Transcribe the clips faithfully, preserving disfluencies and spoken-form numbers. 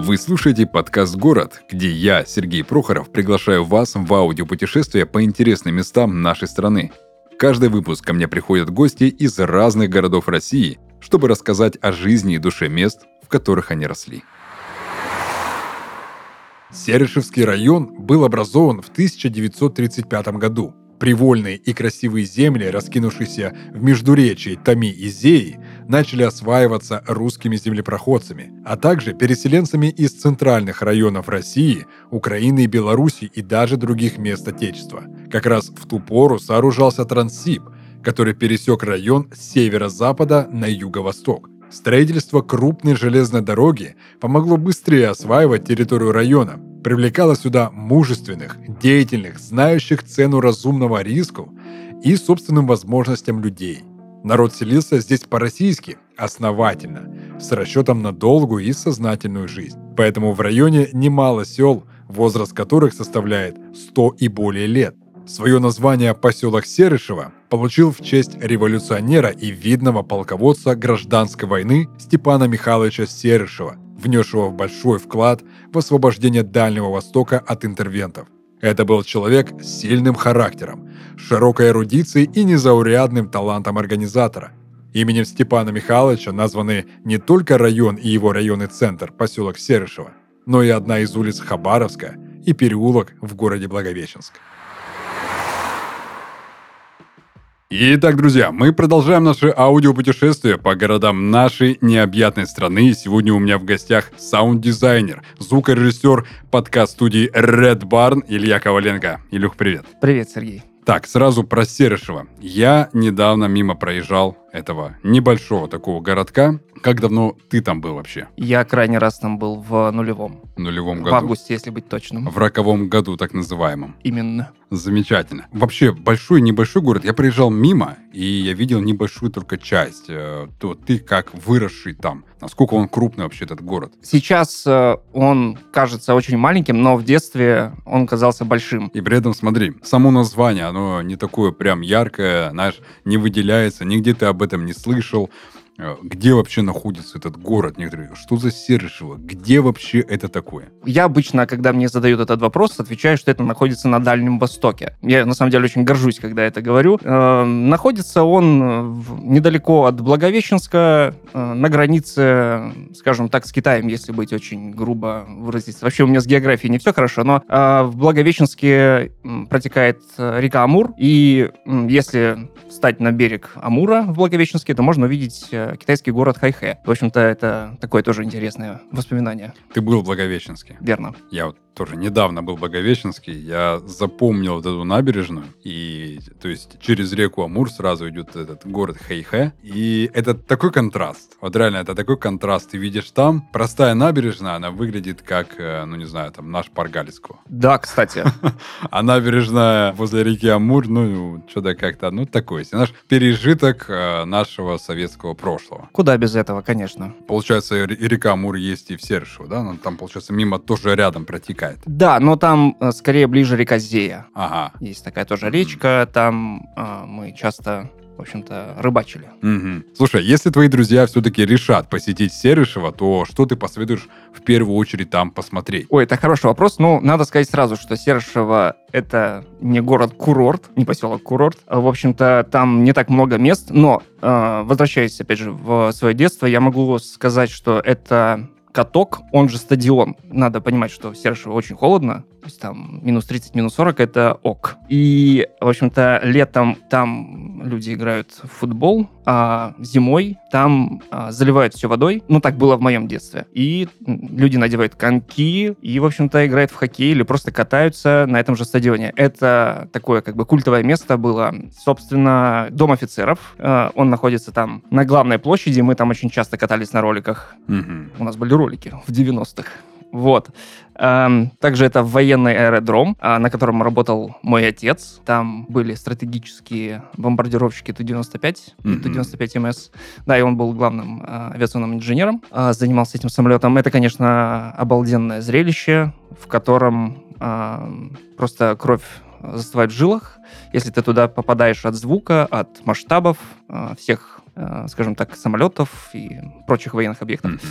Вы слушаете подкаст «Город», где я, Сергей Прохоров, приглашаю вас в аудиопутешествие по интересным местам нашей страны. Каждый выпуск ко мне приходят гости из разных городов России, чтобы рассказать о жизни и душе мест, в которых они росли. Серышевский район был образован в тысяча девятьсот тридцать пятом году. Привольные и красивые земли, раскинувшиеся в междуречии Томи и Зеи, начали осваиваться русскими землепроходцами, а также переселенцами из центральных районов России, Украины и Беларуси и даже других мест Отечества. Как раз в ту пору сооружался Транссиб, который пересек район с северо-запада на юго-восток. Строительство крупной железной дороги помогло быстрее осваивать территорию района, привлекало сюда мужественных, деятельных, знающих цену разумного риску и собственным возможностям людей. Народ селился здесь по-российски, основательно, с расчетом на долгую и сознательную жизнь. Поэтому в районе немало сел, возраст которых составляет сто и более лет. Свое название поселок Серышево получил в честь революционера и видного полководца гражданской войны Степана Михайловича Серышева, внесшего в большой вклад в освобождение Дальнего Востока от интервентов. Это был человек с сильным характером, широкой эрудицией и незаурядным талантом организатора. Именем Степана Михайловича названы не только район и его районный центр, поселок Серышево, но и одна из улиц Хабаровска и переулок в городе Благовещенск. Итак, друзья, мы продолжаем наше аудиопутешествие по городам нашей необъятной страны. И сегодня у меня в гостях саунд-дизайнер, звукорежиссер подкаст-студии Red Barn Илья Коваленко. Илюх, привет. Привет, Сергей. Так, сразу про Серышево. Я недавно мимо проезжал этого небольшого такого городка. Как давно ты там был вообще? Я крайний раз там был в нулевом. В нулевом году? В августе, если быть точным. В роковом году, так называемом. Именно. Замечательно. Вообще, большой, небольшой город. Я проезжал мимо, и я видел небольшую только часть. То ты как выросший там. Насколько он крупный вообще, этот город? Сейчас он кажется очень маленьким, но в детстве он казался большим. И при этом, смотри, само название, оно не такое прям яркое, знаешь, не выделяется, нигде ты об этом не слышал. Где вообще находится этот город? Некоторые, что за Серышево? Где вообще это такое? Я обычно, когда мне задают этот вопрос, отвечаю, что это находится на Дальнем Востоке. Я, на самом деле, очень горжусь, когда это говорю. Э, находится он в, недалеко от Благовещенска, э, на границе, скажем так, с Китаем, если быть очень грубо выразиться. Вообще у меня с географией не все хорошо, но э, в Благовещенске протекает река Амур, и э, если встать на берег Амура в Благовещенске, то можно увидеть китайский город Хайхэ. В общем-то, это такое тоже интересное воспоминание. Ты был в Благовещенске? Верно. Я вот тоже недавно был в Благовещенске, я запомнил вот эту набережную, и, то есть, через реку Амур сразу идет этот город Хайхэ, и это такой контраст. Вот реально, это такой контраст. Ты видишь там, простая набережная, она выглядит как, ну, не знаю, там, наш парк Галицкого. Да, кстати. А набережная возле реки Амур, ну, что-то как-то, ну, такой, знаешь, пережиток нашего советского прошлого. Куда без этого, конечно. Получается, река Амур есть и в Серышево, да? Но там, получается, мимо тоже рядом протекает. Да, но там э, скорее ближе река Зея. Ага. Есть такая тоже речка, там э, мы часто, в общем-то, рыбачили. Угу. Слушай, если твои друзья все-таки решат посетить Серышево, то что ты посоветуешь в первую очередь там посмотреть? Ой, это хороший вопрос. Ну, надо сказать сразу, что Серышево — это не город-курорт, не поселок-курорт. В общем-то, там не так много мест, но, э, возвращаясь, опять же, в свое детство, я могу сказать, что это каток, он же стадион. Надо понимать, что в Серышево очень холодно, то есть там минус тридцать, минус сорок — это ок. И, в общем-то, летом там люди играют в футбол, а зимой там а, заливают все водой. Ну, так было в моем детстве. И люди надевают коньки и, в общем-то, играют в хоккей или просто катаются на этом же стадионе. Это такое, как бы, культовое место было. Собственно, Дом офицеров. А, он находится там на главной площади. Мы там очень часто катались на роликах. Mm-hmm. У нас были ролики в девяностых. Вот. Также это военный аэродром, на котором работал мой отец. Там были стратегические бомбардировщики Ту девяносто пять, mm-hmm. Ту девяносто пять эм эс. Да, и он был главным авиационным инженером, занимался этим самолетом. Это, конечно, обалденное зрелище, в котором просто кровь застывает в жилах, если ты туда попадаешь от звука, от масштабов всех, скажем так, самолетов и прочих военных объектов. Mm-hmm.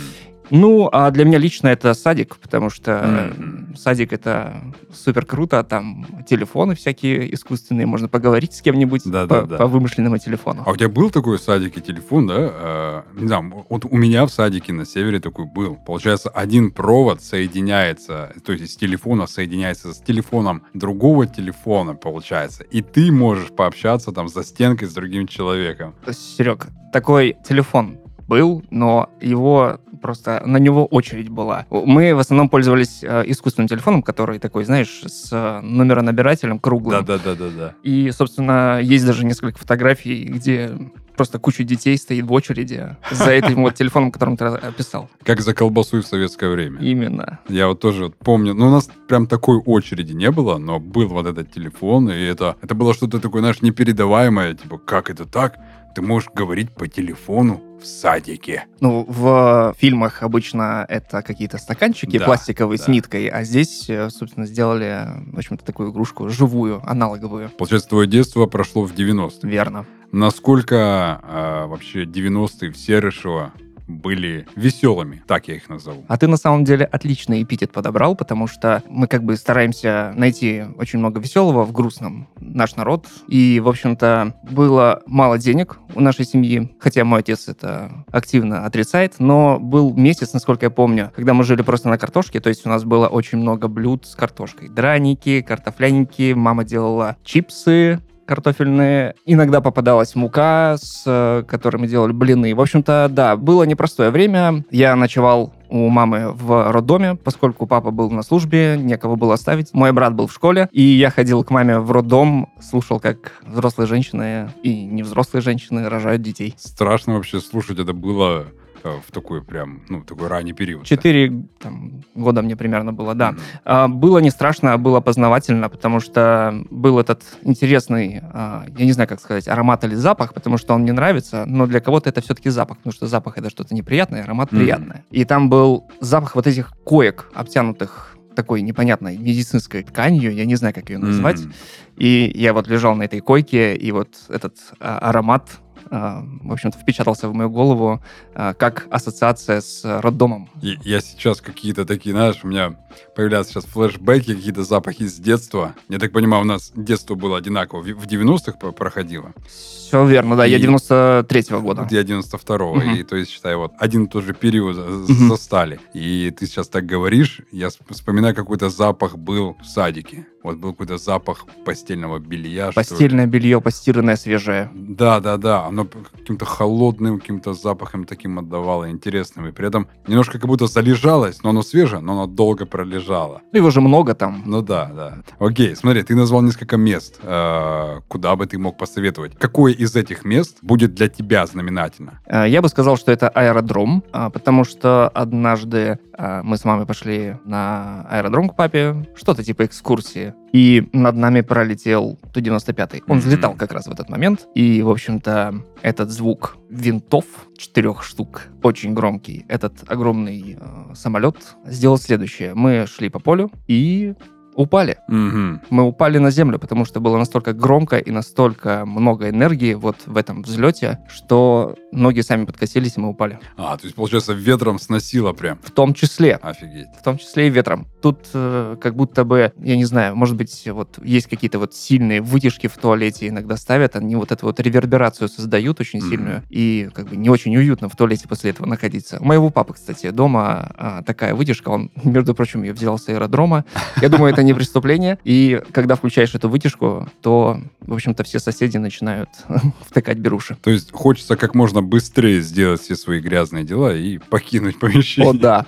Ну, а для меня лично это садик, потому что Мгм. садик — это супер круто, там телефоны всякие искусственные, можно поговорить с кем-нибудь по, Да-да-да. по вымышленному телефону. А у тебя был такой в садике телефон, да? А, не знаю, вот у меня в садике на севере такой был. Получается, один провод соединяется, то есть из телефона соединяется с телефоном другого телефона, получается. И ты можешь пообщаться там за стенкой с другим человеком. Серег, такой телефон был, но его просто на него очередь была. Мы в основном пользовались э, искусственным телефоном, который такой, знаешь, с э, номеронабирателем круглым. Да-да-да-да-да. И, собственно, есть даже несколько фотографий, где просто куча детей стоит в очереди за этим вот телефоном, которым ты описал. Как за колбасой в советское время. Именно. Я вот тоже вот помню, ну, у нас прям такой очереди не было, но был вот этот телефон, и это, это было что-то такое, знаешь, непередаваемое, типа, как это так? Ты можешь говорить по телефону в садике. Ну, в фильмах обычно это какие-то стаканчики Да, пластиковые да. с ниткой, а здесь, э, собственно, сделали, в общем-то, такую игрушку живую, аналоговую. Получается, твое детство прошло в девяностых. Верно. Насколько а, вообще девяностые в Серышево были веселыми, так я их назову. А ты на самом деле отличный эпитет подобрал, потому что мы как бы стараемся найти очень много веселого в грустном наш народ. И, в общем-то, было мало денег у нашей семьи, хотя мой отец это активно отрицает, но был месяц, насколько я помню, когда мы жили просто на картошке, то есть у нас было очень много блюд с картошкой. Драники, картофляники, мама делала чипсы картофельные. Иногда попадалась мука, с э, которой мы делали блины. В общем-то, да, было непростое время. Я ночевал у мамы в роддоме, поскольку папа был на службе, некого было оставить. Мой брат был в школе, и я ходил к маме в роддом, слушал, как взрослые женщины и невзрослые женщины рожают детей. Страшно вообще слушать, это было э, в такой прям, ну, такой ранний период. Четыре там, года мне примерно было, да. Мгм. А, было не страшно, а было познавательно, потому что был этот интересный, а, я не знаю, как сказать, аромат или запах, потому что он мне нравится, но для кого-то это все-таки запах, потому что запах — это что-то неприятное, аромат Мгм. приятное. И там был запах вот этих коек, обтянутых такой непонятной медицинской тканью, я не знаю, как ее назвать. Мгм. И я вот лежал на этой койке, и вот этот а, аромат, а, в общем-то, впечатался в мою голову а, как ассоциация с роддомом. И я сейчас какие-то такие, знаешь, у меня появляются сейчас флешбеки, какие-то запахи с детства. Я так понимаю, у нас детство было одинаково. В в девяностых по- проходило. Все верно, да, я И- девяносто третьего года. Вот я девяносто второго. Мгм. И то есть, считай, вот один и тот же период за- Мгм. застали. И ты сейчас так говоришь, я сп- вспоминаю, какой-то запах был в садике. Вот был какой-то запах постельного белья. что ли. Постельное белье, постиранное, свежее. Да, да, да. Оно п- каким-то холодным, каким-то запахом таким отдавало, интересным. И при этом немножко как будто залежалось, но оно свежее, но оно долго пролежало. Ну, его же много там. Ну да, да. Окей, смотри, ты назвал несколько мест, э, куда бы ты мог посоветовать. Какое из этих мест будет для тебя знаменательно? Э, Я бы сказал, что это аэродром, а, потому что однажды а, мы с мамой пошли на аэродром к папе, что-то типа экскурсии, и над нами пролетел Ту девяносто пятый. Он Мгм. взлетал как раз в этот момент, и, в общем-то, этот звук винтов, четырех штук, очень громкий, этот огромный э, самолет сделал следующее. Мы шли по полю и упали. Мгм. Мы упали на землю, потому что было настолько громко и настолько много энергии вот в этом взлете, что ноги сами подкосились, и мы упали. А, то есть, получается, ветром сносило прям. В том числе. Офигеть. В том числе и ветром. Тут э, как будто бы, я не знаю, может быть, вот есть какие-то вот сильные вытяжки в туалете иногда ставят, они вот эту вот реверберацию создают очень Мгм. сильную, и как бы не очень уютно в туалете после этого находиться. У моего папы, кстати, дома а, такая вытяжка, он, между прочим, ее взял с аэродрома. Я думаю, это не преступление, и когда включаешь эту вытяжку, то, в общем-то, все соседи начинают втыкать беруши. То есть, хочется как можно быстрее сделать все свои грязные дела и покинуть помещение. О, да.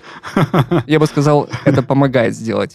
Я бы сказал, это помогает сделать.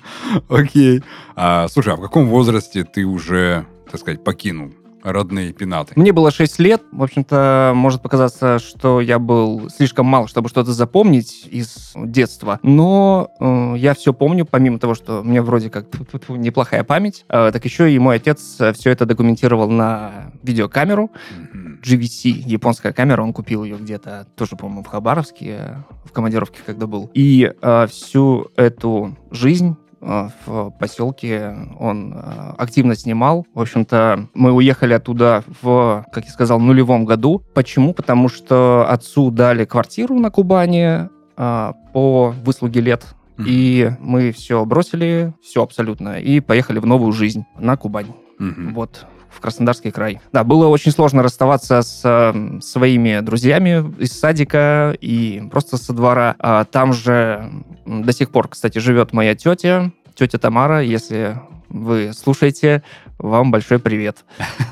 Окей. А, слушай, а в каком возрасте ты уже, так сказать, покинул родные пенаты? Мне было шесть лет. В общем-то, может показаться, что я был слишком мал, чтобы что-то запомнить из детства. Но э, я все помню, помимо того, что у меня вроде как тьфу-тьфу-тьфу, неплохая память, э, так еще и мой отец все это документировал на видеокамеру. Мгм. джи ви си, японская камера, он купил ее где-то, тоже, по-моему, в Хабаровске, э, в командировке когда был. И э, всю эту жизнь э, в поселке он э, активно снимал. В общем-то, мы уехали оттуда в, как я сказал, нулевом году. Почему? Потому что отцу дали квартиру на Кубани, а, по выслуге лет. Mm-hmm. И мы все бросили, все абсолютно, и поехали в новую жизнь на Кубань. Mm-hmm. Вот. В Краснодарский край. Да, было очень сложно расставаться с э, своими друзьями из садика и просто со двора. А там же до сих пор, кстати, живет моя тетя, тетя Тамара. Если вы слушаете, вам большой привет.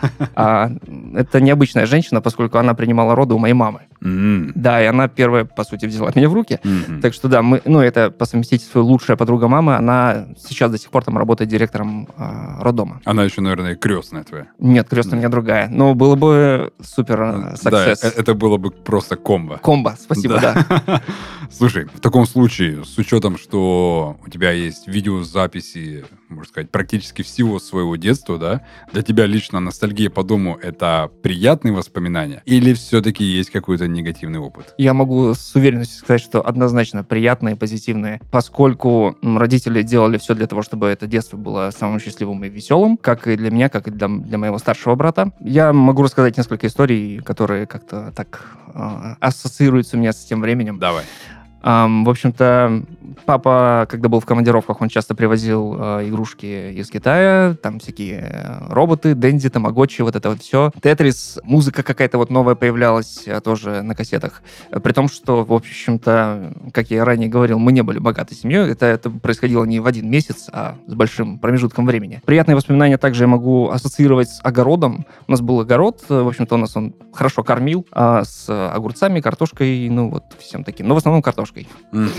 А, это необычная женщина, поскольку она принимала роды у моей мамы. Mm-hmm. Да, и она первая, по сути, взяла меня в руки. Mm-hmm. Так что да, мы, ну, это по совместительству лучшая подруга мамы. Она сейчас до сих пор там работает директором э, роддома. Она еще, наверное, крестная твоя. Нет, крестная mm-hmm. у меня другая. Но было бы супер success. Да, это было бы просто комбо. Комбо, спасибо, да. да. Слушай, в таком случае, с учетом, что у тебя есть видеозаписи, можно сказать, практически всего своего детства, да, для тебя лично ностальгия по дому — это приятные воспоминания или все-таки есть какой-то негативный опыт? Я могу с уверенностью сказать, что однозначно приятные, позитивные, поскольку родители делали все для того, чтобы это детство было самым счастливым и веселым, как и для меня, как и для, для моего старшего брата. Я могу рассказать несколько историй, которые как-то так э, ассоциируются у меня с тем временем. Давай. Um, в общем-то, папа, когда был в командировках, он часто привозил э, игрушки из Китая, там всякие роботы, Денди, Тамагочи, вот это вот все. Тетрис, музыка какая-то вот новая появлялась э, тоже на кассетах. При том, что, в общем-то, как я ранее говорил, мы не были богатой семьей. Это, это происходило не в один месяц, а с большим промежутком времени. Приятные воспоминания также я могу ассоциировать с огородом. У нас был огород, в общем-то, у нас он хорошо кормил, э, с огурцами, картошкой, ну вот всем таким. Но в основном картошкой. Mm-hmm.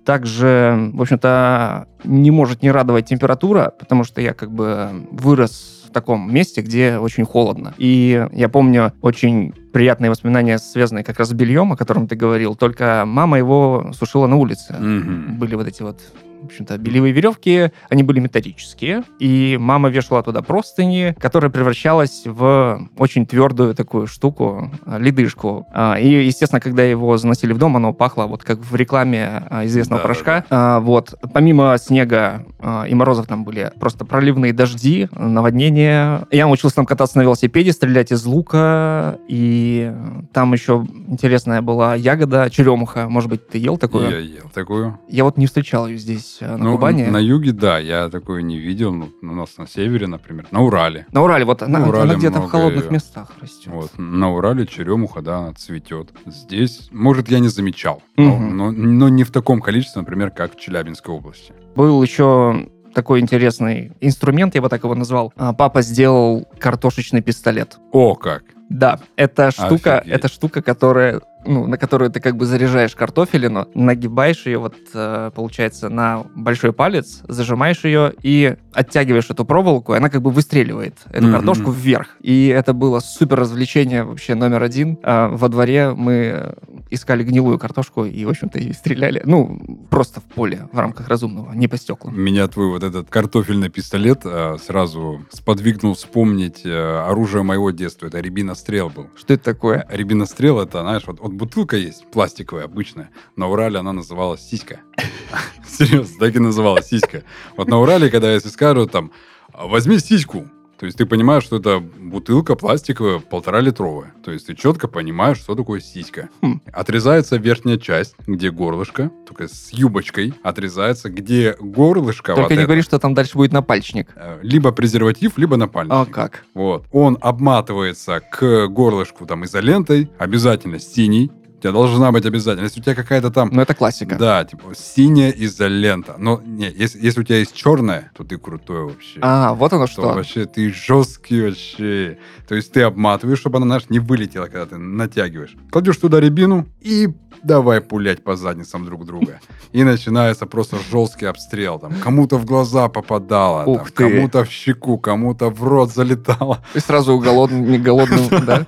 Также, в общем-то, не может не радовать температура, потому что я как бы вырос в таком месте, где очень холодно. И я помню очень приятные воспоминания, связанные как раз с бельем, о котором ты говорил, только мама его сушила на улице. Mm-hmm. Были вот эти вот, в общем-то, бельевые веревки, они были металлические, и мама вешала туда простыни, которая превращалась в очень твердую такую штуку, ледышку. И, естественно, когда его заносили в дом, оно пахло вот как в рекламе известного да, порошка. Да. Вот. Помимо снега и морозов там были просто проливные дожди, наводнения. Я научился там кататься на велосипеде, стрелять из лука, и там еще интересная была ягода, черемуха. Может быть, ты ел такую? Я ел такую. Я вот не встречал ее здесь. На ну, Кубани. На юге, да, я такое не видел. Ну, у нас на севере, например, на Урале. На Урале, вот на она, Урале она где-то в холодных ее. местах растет. Вот, на Урале черемуха, да, она цветет. Здесь, может, я не замечал, угу. но, но, но не в таком количестве, например, как в Челябинской области. Был еще такой интересный инструмент, я бы так его назвал. Папа сделал картошечный пистолет. О, как! Да, это штука, Офигеть. это штука, которая, ну, на которую ты как бы заряжаешь картофелину, нагибаешь ее, вот, э, получается, на большой палец, зажимаешь ее и оттягиваешь эту проволоку, и она как бы выстреливает эту mm-hmm. картошку вверх. И это было супер развлечение вообще номер один. А во дворе мы искали гнилую картошку и, в общем-то, и стреляли. Ну, просто в поле, в рамках разумного, не по стеклам. Меня твой вот этот картофельный пистолет а, сразу сподвигнул вспомнить а, оружие моего детства. Это рябинострел был. Что это такое? Рябинострел — это, знаешь, вот, вот бутылка есть, пластиковая, обычная. На Урале она называлась сиська. Серьезно, так и называлась сиська. Вот на Урале, когда если скажут там, возьми сиську, то есть ты понимаешь, что это бутылка пластиковая, полтора-литровая. То есть ты четко понимаешь, что такое сиська. Хм. Отрезается верхняя часть, где горлышко, только с юбочкой. Отрезается, где горлышко... Только вот не это, говори, что там дальше будет напальчник. Либо презерватив, либо напальник. А как? Вот. Он обматывается к горлышку там изолентой, обязательно синий. У тебя должна быть обязательно. Если у тебя какая-то там... Ну, это классика. Да, типа синяя изолента. Но не, если, если у тебя есть черная, то ты крутой вообще. А, вот оно что. Вообще ты жесткий вообще. То есть ты обматываешь, чтобы она, знаешь, не вылетела, когда ты натягиваешь. Кладешь туда рябину и давай пулять по задницам друг друга. И начинается просто жесткий обстрел. Там, кому-то в глаза попадало, там, кому-то в щеку, кому-то в рот залетало. И сразу голодный, голодный, да?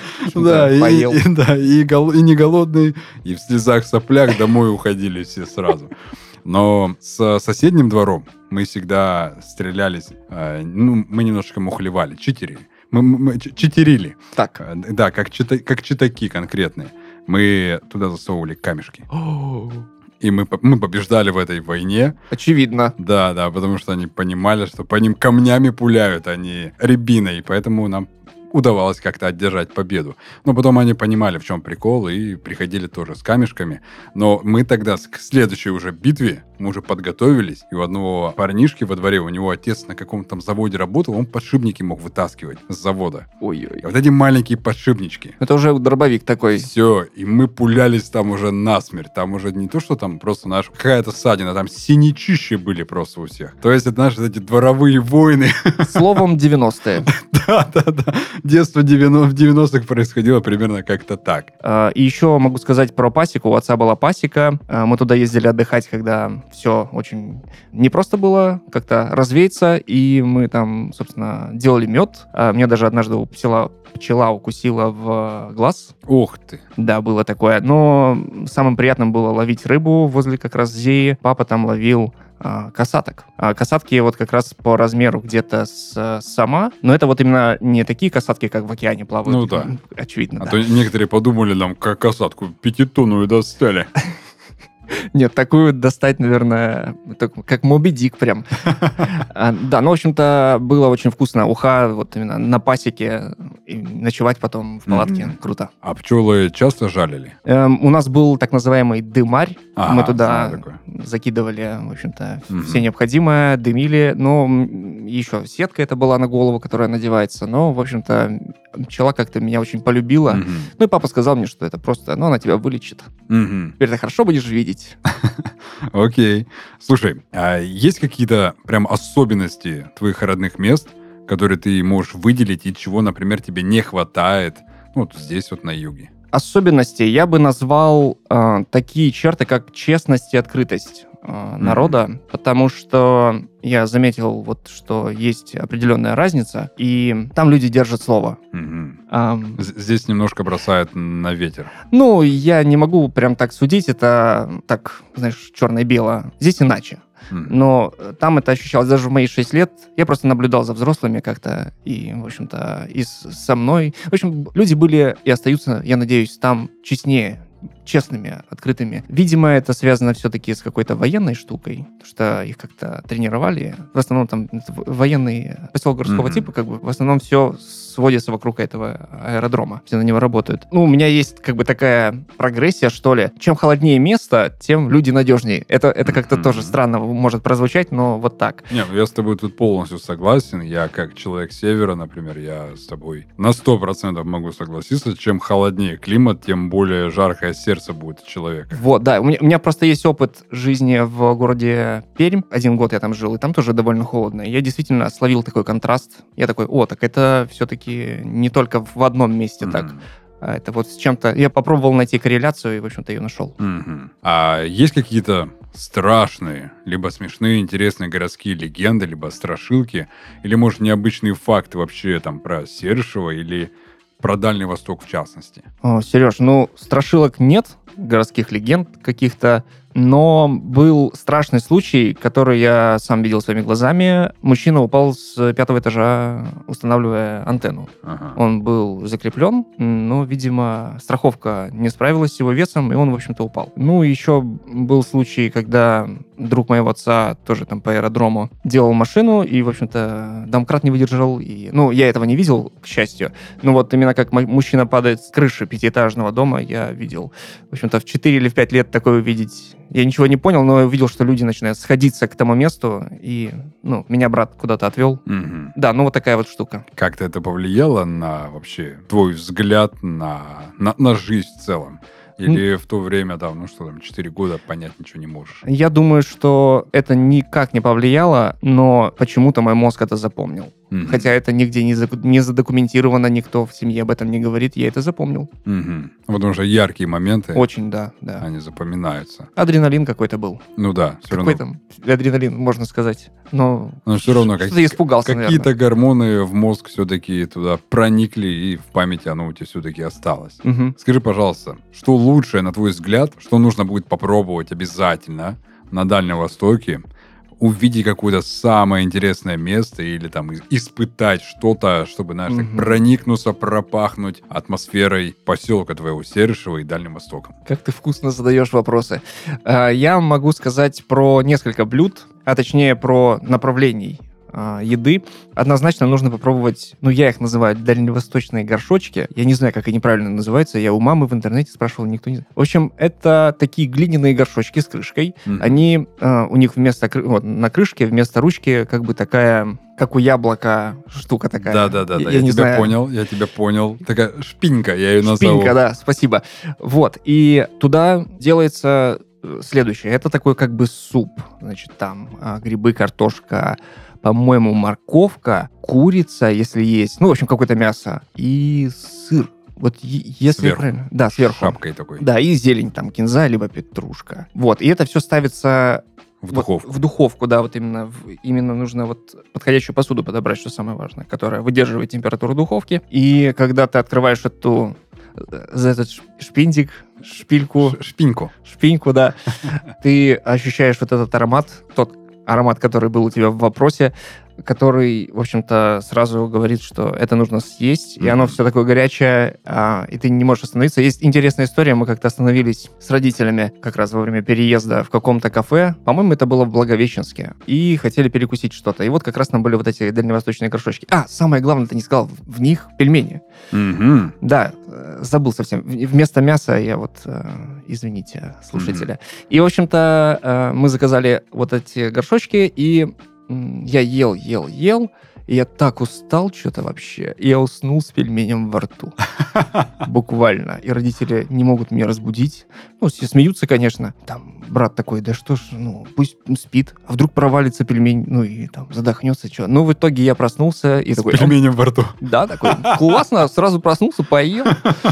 Да, и, и, да и, гол, и не голодный, и в слезах, соплях домой уходили все сразу. Но с соседним двором мы всегда стрелялись, э, ну, мы немножко мухлевали, читерили. Мы, мы читерили. Так. Да, как, чита, как читаки конкретные. Мы туда засовывали камешки. И мы, мы побеждали в этой войне. Очевидно. Да, да, потому что они понимали, что по ним камнями пуляют, а не рябиной. Поэтому нам удавалось как-то одержать победу. Но потом они понимали, в чем прикол, и приходили тоже с камешками. Но мы тогда к следующей уже битве, мы уже подготовились, и у одного парнишки во дворе, у него отец на каком-то там заводе работал, он подшипники мог вытаскивать с завода. Ой-ой. И вот эти маленькие подшипнички. Это уже дробовик такой. Все, и мы пулялись там уже насмерть. Там уже не то, что там просто наш какая-то ссадина, там синячищи были просто у всех. То есть это наши эти дворовые войны. Словом, девяностые. Да-да-да. Детство в девяностых происходило примерно как-то так. И еще могу сказать про пасеку. У отца была пасека. Мы туда ездили отдыхать, когда все очень непросто было как-то развеяться. И мы там, собственно, делали мед. Меня даже однажды пчела, пчела укусила в глаз. Ух ты. Да, было такое. Но самым приятным было ловить рыбу возле как раз Зеи. Папа там ловил касаток. А касатки вот как раз по размеру где-то с сама, но это вот именно не такие касатки, как в океане плавают. Ну да. Очевидно, а да. то некоторые подумали, нам как касатку пятитонную достали. Нет, такую достать, наверное, как Моби Дик прям. Да, ну, в общем-то, было очень вкусно. Уха вот именно на пасеке, и ночевать потом в палатке. Круто. А пчелы часто жалили? У нас был так называемый дымарь. Мы туда такое. закидывали, в общем-то, все необходимое, дымили. Но еще сетка это была на голову, которая надевается. Но, в общем-то, пчела как-то меня очень полюбила. Ну, и папа сказал мне, что это просто, ну, она тебя вылечит. Теперь ты хорошо будешь видеть. Окей. Слушай, а есть какие-то прям особенности твоих родных мест, которые ты можешь выделить и чего, например, тебе не хватает, ну, вот здесь вот на юге? Особенности я бы назвал э, такие черты, как честность и открытость э, народа, mm-hmm. потому что я заметил, вот, что есть определенная разница, и там люди держат слово. Mm-hmm. Um, Здесь немножко бросают на ветер. Ну, я не могу прям так судить, это так, знаешь, черно-бело. Здесь иначе. Mm-hmm. Но там это ощущалось даже в мои шесть лет. Я просто наблюдал за взрослыми как-то, и, в общем-то, и с, со мной. В общем, люди были и остаются, я надеюсь, там честнее, честными, открытыми. Видимо, это связано все-таки с какой-то военной штукой, потому что их как-то тренировали. В основном там военный поселок городского mm-hmm. типа, как бы в основном все сводится вокруг этого аэродрома, все на него работают. Ну, у меня есть как бы такая прогрессия, что ли. Чем холоднее место, тем люди надежнее. Это, это как-то mm-hmm. тоже странно может прозвучать, но вот так. Не, ну я с тобой тут полностью согласен. Я как человек севера, например, я с тобой на сто процентов могу согласиться. Чем холоднее климат, тем более жаркое сердце будет у человека. Вот, да. У меня, у меня просто есть опыт жизни в городе Пермь. Один год я там жил, и там тоже довольно холодно. Я действительно словил такой контраст. Я такой, о, так это все-таки не только в одном месте mm-hmm. так. А это вот с чем-то... Я попробовал найти корреляцию, и, в общем-то, ее нашел. Mm-hmm. А есть какие-то страшные, либо смешные, интересные городские легенды, либо страшилки, или, может, необычные факты вообще там про Серышево или про Дальний Восток в частности? О, Сереж, ну, страшилок нет, городских легенд каких-то, но был страшный случай, который я сам видел своими глазами. Мужчина упал с пятого этажа, устанавливая антенну. Ага. Он был закреплен, но, видимо, страховка не справилась с его весом, и он, в общем-то, упал. Ну, еще был случай, когда друг моего отца тоже там по аэродрому делал машину, и, в общем-то, домкрат не выдержал. И, ну, я этого не видел, к счастью. Но вот именно как мужчина падает с крыши пятиэтажного дома, я видел. В общем-то, в четыре или в пять лет такое увидеть... Я ничего не понял, но я увидел, что люди начинают сходиться к тому месту, и, ну, меня брат куда-то отвел. Mm-hmm. Да, ну вот такая вот штука. Как-то это повлияло на вообще твой взгляд на, на, на жизнь в целом? Или mm. в то время, там, ну что там, четыре года понять ничего не можешь? Я думаю, что это никак не повлияло, но почему-то мой мозг это запомнил. Mm-hmm. Хотя это нигде не, за, не задокументировано, никто в семье об этом не говорит, я это запомнил. Mm-hmm. Потому что яркие моменты... Очень, да, да. Они запоминаются. Адреналин какой-то был. Ну да, все Какой равно... там адреналин, можно сказать. Но, но все равно как... что-то испугался, какие-то наверное. гормоны в мозг все-таки туда проникли, и в памяти оно у тебя все-таки осталось. Mm-hmm. Скажи, пожалуйста, что лучшее, на твой взгляд, что нужно будет попробовать обязательно на Дальнем Востоке, увидеть какое-то самое интересное место или там испытать что-то, чтобы, знаешь, mm-hmm. так проникнуться, пропахнуть атмосферой поселка твоего Серышева и Дальним Востоком? Как ты вкусно задаешь вопросы. Я могу сказать про несколько блюд, а точнее про направлений э, еды, однозначно нужно попробовать, ну, я их называю дальневосточные горшочки. Я не знаю, как они правильно называются. Я у мамы в интернете спрашивал, никто не знает. В общем, это такие глиняные горшочки с крышкой. Mm-hmm. Они, э, у них вместо, вот, на крышке вместо ручки как бы такая, как у яблока, штука такая. Да-да-да, я, я, я не тебя знаю. понял, я тебя понял. Такая шпинька, я ее назову. Шпинька, да, спасибо. Вот, и туда делается следующее. Это такой как бы суп. Значит, там а, грибы, картошка, по-моему, морковка, курица, если есть. Ну, в общем, какое-то мясо. И сыр. Вот е- если Сверху. правильно. Да, сверху. Шапкой такой. Да, и зелень, там, кинза, либо петрушка. Вот, и это все ставится... В вот, духовку. в духовку, да, вот именно, в, именно нужно вот подходящую посуду подобрать, что самое важное, которая выдерживает температуру духовки. И когда ты открываешь эту за этот шпиндик, шпильку... Ш- шпиньку. Шпиньку, да. Ты ощущаешь вот этот аромат, тот аромат, который был у тебя в вопросе, который, в общем-то, сразу говорит, что это нужно съесть, mm-hmm. и оно все такое горячее, а, и ты не можешь остановиться. Есть интересная история, мы как-то остановились с родителями как раз во время переезда в каком-то кафе, по-моему, это было в Благовещенске, и хотели перекусить что-то. И вот как раз там были вот эти дальневосточные горшочки. А, самое главное, ты не сказал, в них пельмени. Mm-hmm. Да, забыл совсем. Вместо мяса я вот, извините, слушателя. Mm-hmm. И, в общем-то, мы заказали вот эти горшочки, и я ел, ел, ел, и я так устал что-то вообще. И я уснул с пельменем во рту. Буквально. И родители не могут меня разбудить. Ну, все смеются, конечно. Там брат такой, да что ж, ну, пусть спит. А вдруг провалится пельмень, ну, и там задохнется, что. Ну, в итоге я проснулся и с такой... пельменем во рту. Да, такой, классно, сразу проснулся, поел.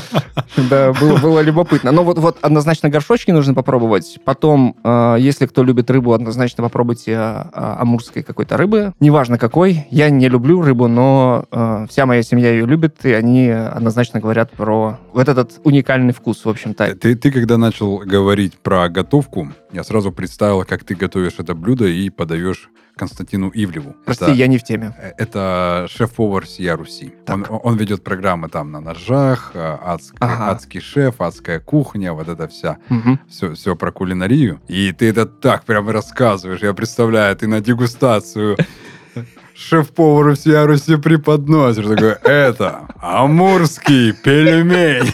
Да, было, было любопытно. Но вот, вот однозначно горшочки нужно попробовать. Потом, э, если кто любит рыбу, однозначно попробуйте э, амурской какой-то рыбы. Неважно какой. Я не люблю рыбу, но э, вся моя семья ее любит, и они однозначно говорят про вот этот уникальный вкус, в общем-то. Ты, ты когда начал говорить про готовку, я сразу представил, как ты готовишь это блюдо и подаешь Константину Ивлеву. Прости, это, я не в теме. Это шеф-повар сия Руси. Он, он ведет программы там на ножах, адск, ага. адский шеф, адская кухня, вот это вся. Угу. Все, все про кулинарию. И ты это так прямо рассказываешь. Я представляю, ты на дегустацию шеф-повару всея Руси преподносишь. Такой, это амурский пельмень.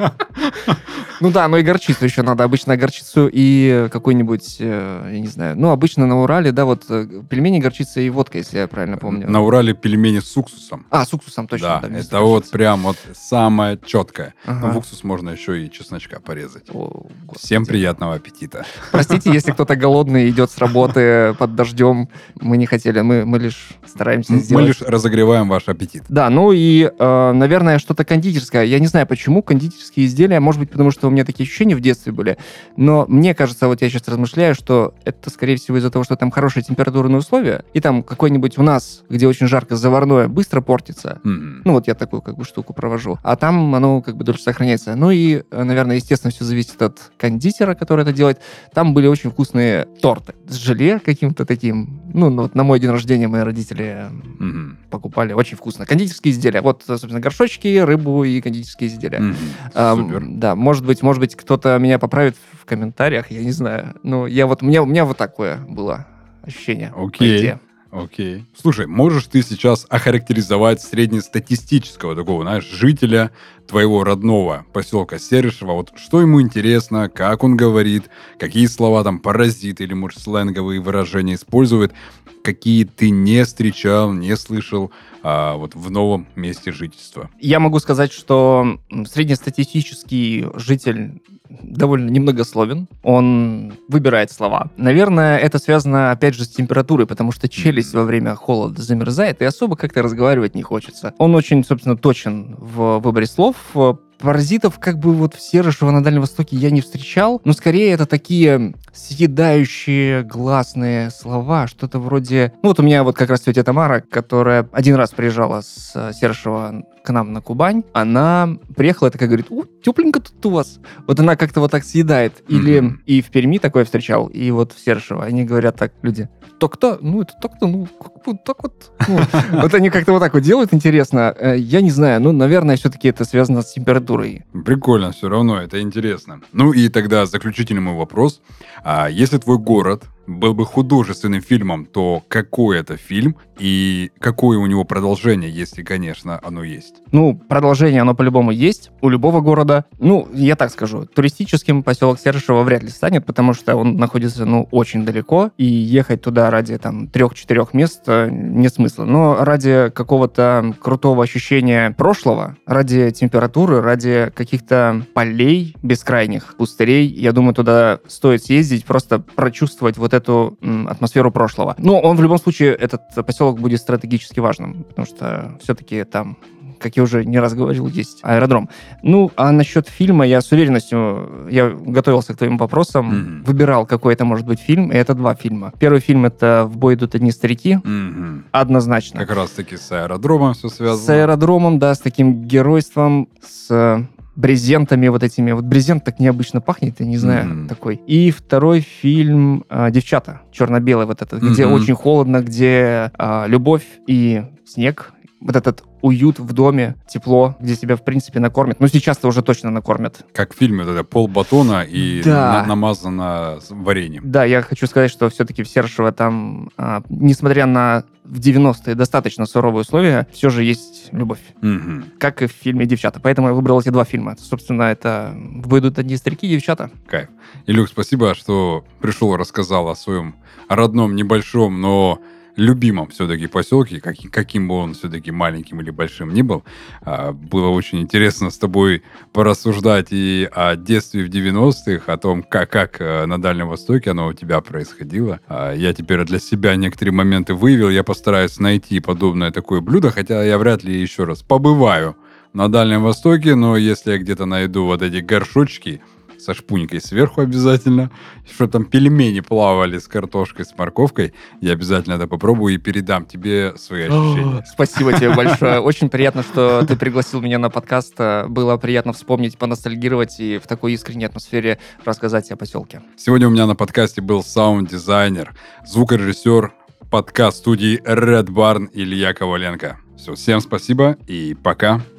Ну да, но и горчицу еще надо. Обычно горчицу и какой-нибудь, я не знаю, ну обычно на Урале, да, вот пельмени, горчица и водка, если я правильно помню. На Урале пельмени с уксусом. А, с уксусом, точно. Да, да это вот прям вот самое четкое. Ага. Но в уксус можно еще и чесночка порезать. О, всем приятного аппетита. Простите, если кто-то голодный идет с работы под дождем, мы не хотели, мы, мы лишь стараемся мы сделать. Мы лишь разогреваем ваш аппетит. Да, ну и, э, наверное, что-то кондитерское. Я не знаю, почему кондитерские изделия, может быть, потому что у меня такие ощущения в детстве были, но мне кажется, вот я сейчас размышляю, что это, скорее всего, из-за того, что там хорошие температурные условия, и там какой-нибудь у нас, где очень жарко, заварное, быстро портится. Mm-hmm. Ну вот я такую как бы штуку провожу. А там оно как бы дольше сохраняется. Ну и, наверное, естественно, все зависит от кондитера, который это делает. Там были очень вкусные торты с желе каким-то таким. Ну, вот на мой день рождения мои родители mm-hmm. покупали. Очень вкусно. Кондитерские изделия. Вот, собственно, горшочки, рыбу и кондитерские изделия. Mm-hmm. А, Супер. Да, может быть, может быть, кто-то меня поправит в комментариях, я не знаю. Ну, я вот, у меня, у меня вот такое было ощущение. Окей. Окей. Слушай, можешь ты сейчас охарактеризовать среднестатистического такого, знаешь, жителя твоего родного поселка Серышево? Вот что ему интересно, как он говорит, какие слова там паразит или, может, сленговые выражения использует, какие ты не встречал, не слышал а, вот в новом месте жительства? Я могу сказать, что среднестатистический житель довольно немногословен, он выбирает слова. Наверное, это связано, опять же, с температурой, потому что челюсть во время холода замерзает, и особо как-то разговаривать не хочется. Он очень, собственно, точен в выборе слов. Паразитов как бы вот в Серышево на Дальнем Востоке я не встречал, но скорее это такие съедающие гласные слова, что-то вроде... Ну вот у меня вот как раз тетя Тамара, которая один раз приезжала с Серышева к нам на Кубань, она приехала и такая говорит, о, тепленько тут у вас. Вот она как-то вот так съедает. Или mm-hmm. и в Перми такое встречал, и вот в Серышево. Они говорят так, люди, так-то, ну это так-то, ну как бы так вот. Вот они как-то вот так вот делают, интересно. Я не знаю, ну, наверное, все-таки это связано с температурой. Прикольно, все равно, это интересно. Ну и тогда заключительный мой вопрос. А если твой город был бы художественным фильмом, то какой это фильм и какое у него продолжение, если, конечно, оно есть? Ну, продолжение, оно по-любому есть у любого города. Ну, я так скажу, туристическим поселок Серышево вряд ли станет, потому что он находится, ну, очень далеко, и ехать туда ради, там, трех-четырех мест нет смысла. Но ради какого-то крутого ощущения прошлого, ради температуры, ради каких-то полей бескрайних, пустырей, я думаю, туда стоит съездить, просто прочувствовать вот эту м, атмосферу прошлого. Но он в любом случае, этот поселок будет стратегически важным, потому что все-таки там, как я уже не раз говорил, есть аэродром. Ну, а насчет фильма, я с уверенностью, я готовился к твоим вопросам, mm-hmm. выбирал, какой это может быть фильм, и это два фильма. Первый фильм — это «В бой идут одни старики», mm-hmm. однозначно. Как раз-таки с аэродромом все связано. С аэродромом, да, с таким геройством, с брезентами вот этими. Вот брезент так необычно пахнет, я не знаю, mm-hmm. такой. И второй фильм э, «Девчата», черно-белый вот этот, mm-hmm. где очень холодно, где э, любовь и снег, вот этот уют в доме, тепло, где тебя, в принципе, накормят. Ну, сейчас-то уже точно накормят. Как в фильме, вот это пол батона и да. на- намазано вареньем. Да, я хочу сказать, что все-таки в Серышево там, а, несмотря на в девяностые достаточно суровые условия, все же есть любовь. Угу. Как и в фильме «Девчата». Поэтому я выбрал эти два фильма. Собственно, это «Выйдут одни старики» и «Девчата». Кайф. Илюх, спасибо, что пришел и рассказал о своем родном, небольшом, но любимом все-таки поселке, как, каким бы он все-таки маленьким или большим ни был. Было очень интересно с тобой порассуждать и о детстве в девяностых, о том, как, как на Дальнем Востоке оно у тебя происходило. Я теперь для себя некоторые моменты выявил. Я постараюсь найти подобное такое блюдо, хотя я вряд ли еще раз побываю на Дальнем Востоке, но если я где-то найду вот эти горшочки со шпунькой сверху обязательно, что там пельмени плавали с картошкой, с морковкой, я обязательно это попробую и передам тебе свои ощущения. Спасибо тебе большое. Очень приятно, что ты пригласил меня на подкаст. Было приятно вспомнить, поностальгировать и в такой искренней атмосфере рассказать о поселке. Сегодня у меня на подкасте был саунд-дизайнер, звукорежиссер подкаст-студии Red Barn Илья Коваленко. Все, всем спасибо и пока.